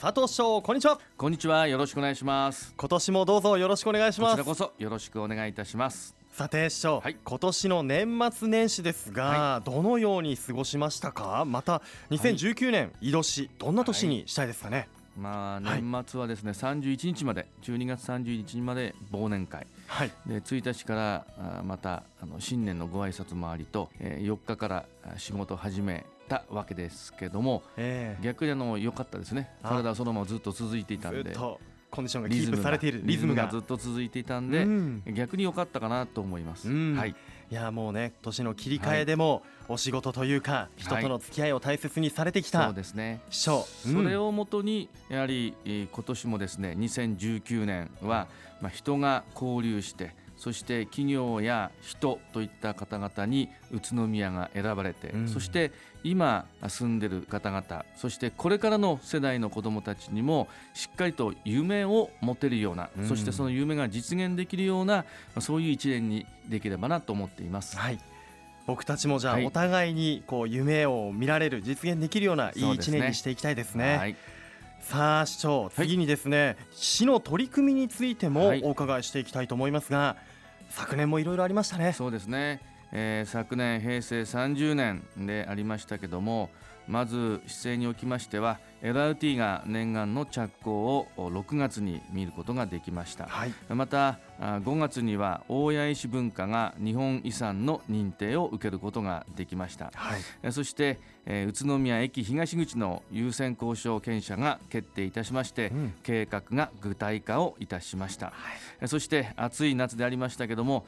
佐藤市長、こんにちは。 こんにちは、よろしくお願いします。 今年もどうぞよろしくお願いします。 こちらこそよろしくお願いいたします。 さて市長、今年の年末年始ですが、どのように過ごしましたか。また2019年、井戸市どんな年にしたいですかね。 年末はですね、31日まで12月31日まで忘年会、で1日からまた新年のご挨拶回りと、4日から仕事を始めたわけですけども、逆に良かったですね。体はそのままずっと続いていたんで、 コンディションがキープされているリズムがずっと続いていたんで、逆に良かったかなと思います。 いやもうね、年の切り替えでもお仕事というか、人との付き合いを大切にされてきた、 そうですね、 市長、 それをもとにやはり今年もですね、2019年は人が交流して、そして企業や人といった方々に宇都宮が選ばれて、そして今住んでる方々、そしてこれからの世代の子どもたちにもしっかりと夢を持てるような、そしてその夢が実現できるような、そういう一年にできればなと思っています。 僕たちもじゃあお互いにこう夢を見られる、実現できるようないい一年にしていきたいですね。さあ市長、次にですね、市の取り組みについてもお伺いしていきたいと思いますが、昨年もいろいろありましたね。 そうですね、昨年平成30年でありましたけども、まず市政におきましては LRT が念願の着工を6月に見ることができました。また5月には大谷石文化が日本遺産の認定を受けることができました。そして、宇都宮駅東口の優先交渉権者が決定いたしまして、計画が具体化をいたしました。そして暑い夏でありましたけども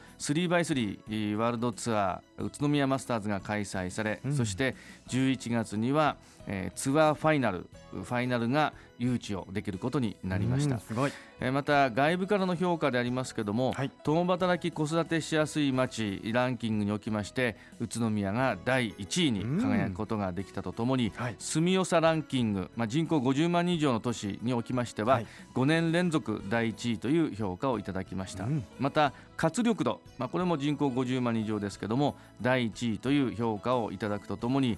3x3 ワールドツアー宇都宮マスターズが開催され、そして11月には、ツアーファイナルが誘致をできることになりました。また外部からの評価でありますけども、共働き子育てしやすい街ランキングにおきまして宇都宮が第1位に輝くことができたとともに、住みよさランキング、人口50万人以上の都市におきましては、5年連続第1位という評価をいただきました。また活力度、これも人口50万人以上ですけども第1位という評価をいただくとともに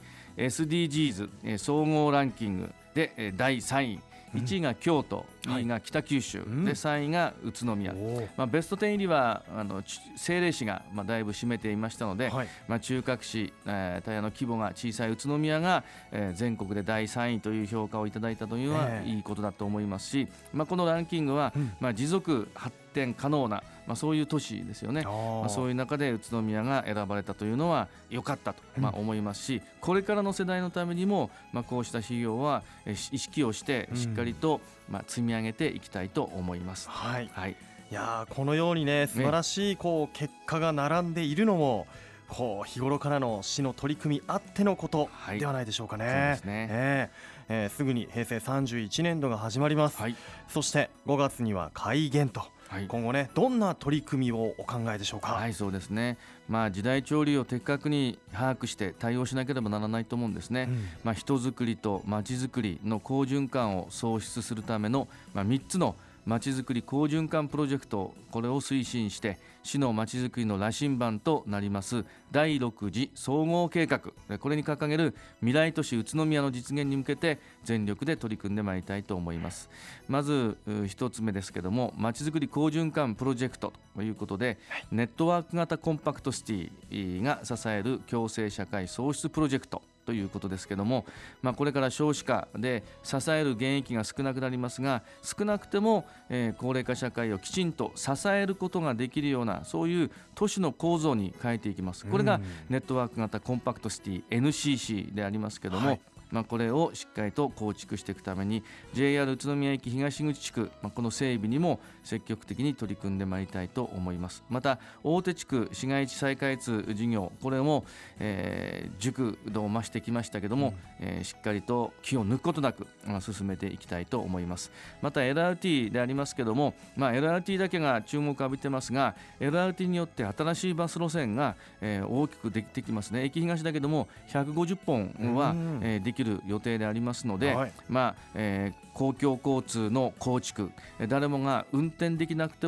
SDGs 総合ランキングで第3位、1位が京都、2位が北九州、で3位が宇都宮、ベスト10入りは政令市がだいぶ占めていましたので、中核市、大変の規模が小さい宇都宮が全国で第3位という評価をいただいたというのはいいことだと思いますし、このランキングは持続発展可能なそういう都市ですよね。そういう中で宇都宮が選ばれたというのは良かったと思いますし、これからの世代のためにもこうした企業は意識をしてしっかりと積み上げていきたいと思います。 いやこのようにね、素晴らしい結果が並んでいるのも日頃からの市の取り組みあってのことではないでしょうかね。すぐに平成31年度が始まります。そして5月には改元と、今後ね、どんな取り組みをお考えでしょうか。 そうですね、時代潮流を的確に把握して対応しなければならないと思うんですね。人づくりと街づくりの好循環を創出するための、3つのまちづくり好循環プロジェクト、これを推進して市のまちづくりの羅針盤となります第6次総合計画、これに掲げる未来都市宇都宮の実現に向けて全力で取り組んでまいりたいと思います。まず一つ目ですけども、まちづくり好循環プロジェクトということで、ネットワーク型コンパクトシティが支える共生社会創出プロジェクトということですけども、これから少子化で支える現役が少なくなりますが、少なくても、高齢化社会をきちんと支えることができるような、そういう都市の構造に変えていきます。これがネットワーク型コンパクトシティ NCC でありますけども、これをしっかりと構築していくために JR 宇都宮駅東口地区、この整備にも積極的に取り組んでまいりたいと思います。また大手地区市街地再開発事業、これも、熟度を増してきましたけども、しっかりと気を抜くことなく、進めていきたいと思います。また LRT でありますけども、LRT だけが注目を浴びてますが、 LRT によって新しいバス路線が、大きくできてきますね。駅東だけども150本は、できる予定でありますので、公共交通の構築、誰もが運転できなくても、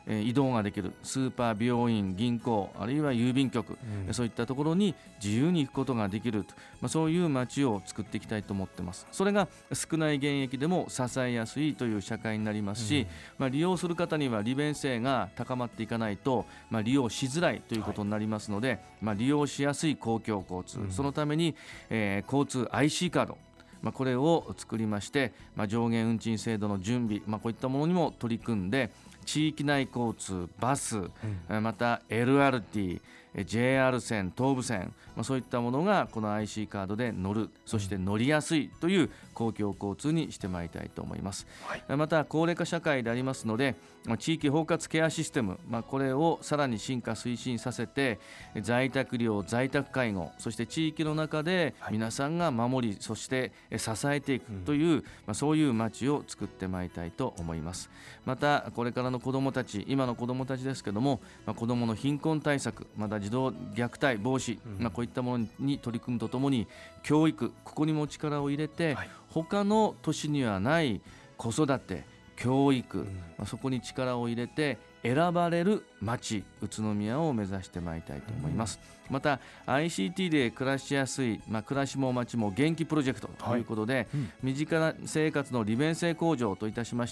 移動ができるスーパー、病院、銀行、あるいは郵便局、そういったところに自由に行くことができると、そういう街を作っていきたいと思ってます。それが少ない現役でも支えやすいという社会になりますし、利用する方には利便性が高まっていかないと、利用しづらいということになりますので、利用しやすい公共交通、そのために、交通 IC カード、これを作りまして、上限運賃制度の準備、こういったものにも取り組んで、地域内交通、バス、また LRT、JR 線、東武線、そういったものがこの IC カードで乗る、そして乗りやすいという公共交通にしてまいりたいと思います。また高齢化社会でありますので、地域包括ケアシステム、これをさらに進化推進させて、在宅療、在宅介護、そして地域の中で皆さんが守り、そして支えていくという、そういう街を作ってまいりたいと思います。またこれからの子どもたち、今の子どもたちですけども、子どもの貧困対策、また児童虐待防止、こういったものに取り組むとともに、教育、ここにも力を入れて、他の都市にはない子育て、教育、そこに力を入れて選ばれる町、宇都宮を目指してまいりたいと思います。また ICT で暮らしやすい、暮らしも街も元気プロジェクトということで、身近な生活の利便性向上といたしまして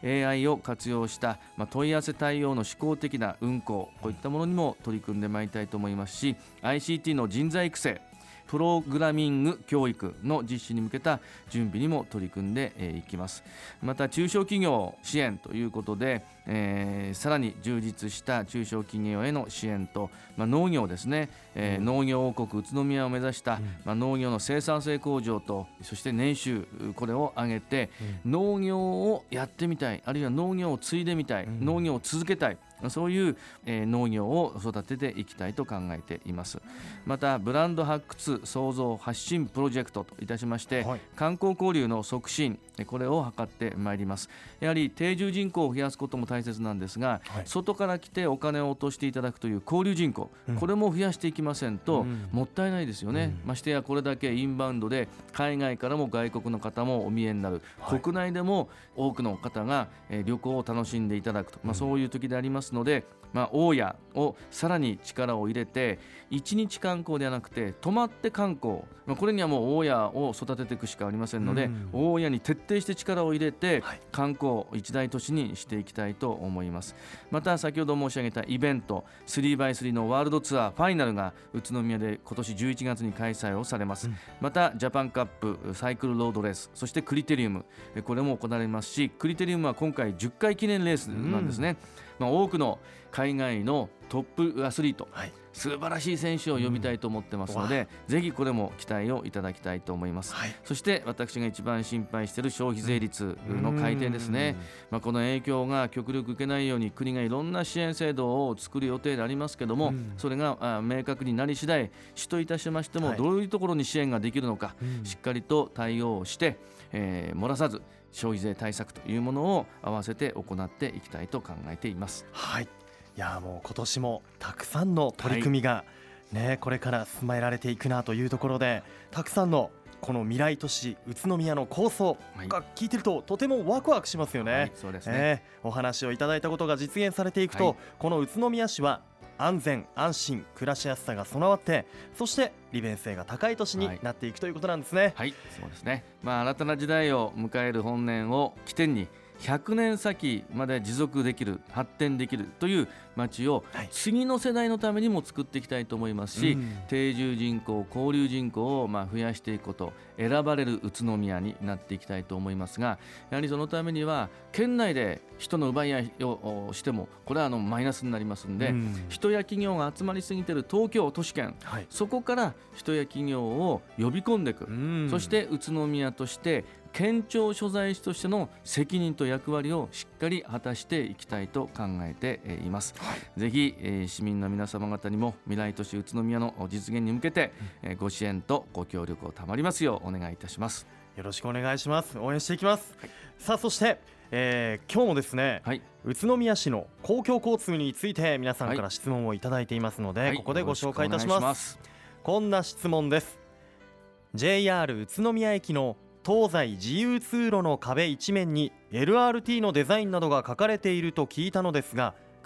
AI を活用した、問い合わせ対応の思考的な運行、こういったものにも取り組んでまいりたいと思いますし、 ICT の人材育成、プログラミング教育の実施に向けた準備にも取り組んでいきます。また中小企業支援ということで、さらに充実した中小企業への支援と、農業ですね、農業王国宇都宮を目指した、農業の生産性向上と、そして年収これを上げて、農業をやってみたい、あるいは農業を継いでみたい、農業を続けたい、そういう、農業を育てていきたいと考えています。またブランド発掘創造発信プロジェクトといたしまして、観光交流の促進、これを図ってまいります。やはり定住人口を増やすことも大切なんですが、外から来てお金を落としていただくという交流人口、これも増やしていきませんと、もったいないですよね。ましてやこれだけインバウンドで海外からも外国の方もお見えになる、国内でも多くの方が、旅行を楽しんでいただくと、そういう時でありますので、大谷をさらに力を入れて、1日観光ではなくて泊まって観光、これにはもう大谷を育てていくしかありませんので、大谷に徹底して力を入れて、観光一大都市にしていきたいと思います。また先ほど申し上げたイベント 3x3 のワールドツアーファイナルが宇都宮で今年11月に開催をされます。またジャパンカップサイクルロードレース、そしてクリテリウム、これも行われますし、クリテリウムは今回10回記念レースなんですね。多くの海外のトップアスリート、素晴らしい選手を呼びたいと思ってますので、ぜひこれも期待をいただきたいと思います。そして私が一番心配している消費税率の改定ですね。この影響が極力受けないように国がいろんな支援制度を作る予定でありますけども、それが明確になり次第、市といたしましてもどういうところに支援ができるのか、しっかりと対応して、漏らさず消費税対策というものを合わせて行っていきたいと考えています。 いやもう今年もたくさんの取り組みが、これから進められていくなというところで、たくさんのこの未来都市宇都宮の構想が聞いてるととてもワクワクしますよね。 そうですね。 お話をいただいたことが実現されていくと、この宇都宮市は安全安心暮らしやすさが備わって、そして利便性が高い都市になっていくということなんですね。 そうですね。新たな時代を迎える本年を起点に100年先まで持続できる、発展できるという街を次の世代のためにも作っていきたいと思いますし、定住人口、交流人口を増やしていくこと、選ばれる宇都宮になっていきたいと思いますが、やはりそのためには県内で人の奪い合いをしてもこれはマイナスになりますので、人や企業が集まりすぎている東京都市圏、そこから人や企業を呼び込んでいく、そして宇都宮として県庁所在地としての責任と役割をしっかり果たしていきたいと考えています。ぜひ市民の皆様方にも未来都市宇都宮の実現に向けてご支援とご協力を賜りますようお願いいたします。 よろしくお願いします。応援していきます。さあそして、今日もですね、宇都宮市の公共交通について皆さんから質問をいただいていますので、ここでご紹介いたします。こんな質問です。 JR 宇都宮駅の東西自由通路の壁一面に LRT のデザインなどが書かれていると聞いたのですが、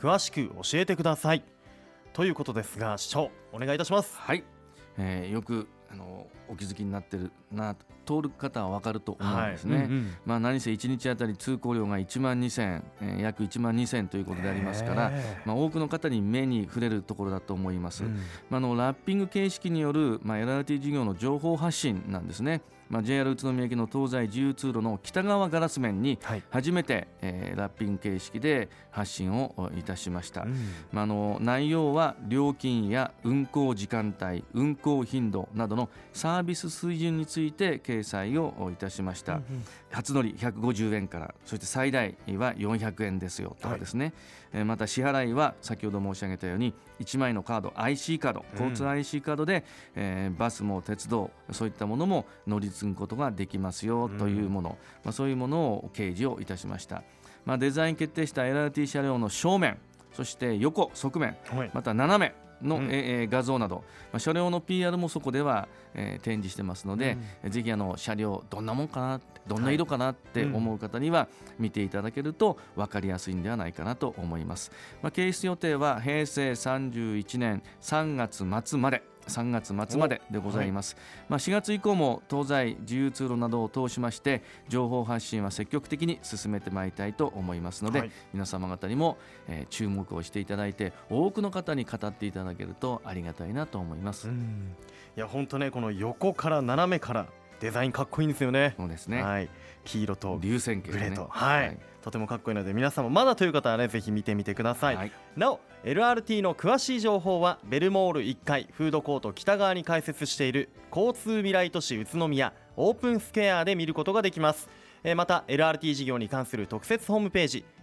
詳しく教えてくださいということですが、市長お願いいたします。 はい、よくお気づきになってるな、通る方は分かると思うんですね、何せ1日あたり通行量が1万2000、約1万2000ということでありますから、多くの方に目に触れるところだと思います、ラッピング形式による、LRT 事業の情報発信なんですね。JR 宇都宮駅の東西自由通路の北側ガラス面に初めて、ラッピング形式で発信をいたしました、内容は料金や運行時間帯、運行頻度などのサービス水準について掲載をいたしました、初乗り150円から、そして最大は400円ですよとかですね、また支払いは先ほど申し上げたように1枚のカード、 IC カード、交通 IC カードで、バスも鉄道そういったものも乗り継ぐことができますよというもの、そういうものを掲示をいたしました、デザイン決定した LRT 車両の正面、そして横側面、また斜めの、画像など、車両の PR もそこでは、展示してますので、ぜひ車両どんなもんかな、どんな色かなって思う方には見ていただけると分かりやすいんではないかなと思います。掲出予定は平成31年3月末まででございます。4月以降も東西自由通路などを通しまして情報発信は積極的に進めてまいりたいと思いますので、皆様方にも、注目をしていただいて多くの方に語っていただけるとありがたいなと思います。 いや本当ね、この横から斜めからデザインかっこいいんですよね。 そうですね、 黄色と流線形、 グレーと、とてもかっこいいので皆さんもまだという方はねぜひ見てみてください、なお LRT の詳しい情報はベルモール1階フードコート北側に開設している交通未来都市宇都宮オープンスケアで見ることができます。また LRT 事業に関する特設ホームページ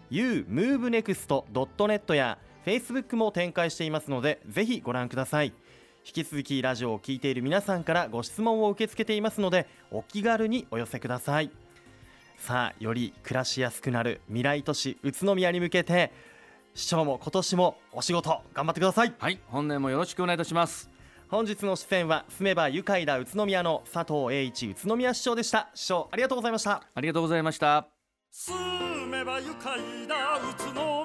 umovenext.net や Facebook も展開していますのでぜひご覧ください。引き続きラジオを聞いている皆さんからご質問を受け付けていますのでお気軽にお寄せください。さあ、より暮らしやすくなる未来都市宇都宮に向けて市長も今年もお仕事頑張ってください。 はい、本年もよろしくお願いいたします。 本日の出演は住めば愉快だ宇都宮の佐藤栄一宇都宮市長でした。市長ありがとうございました。 ありがとうございました。 住めば愉快だ宇都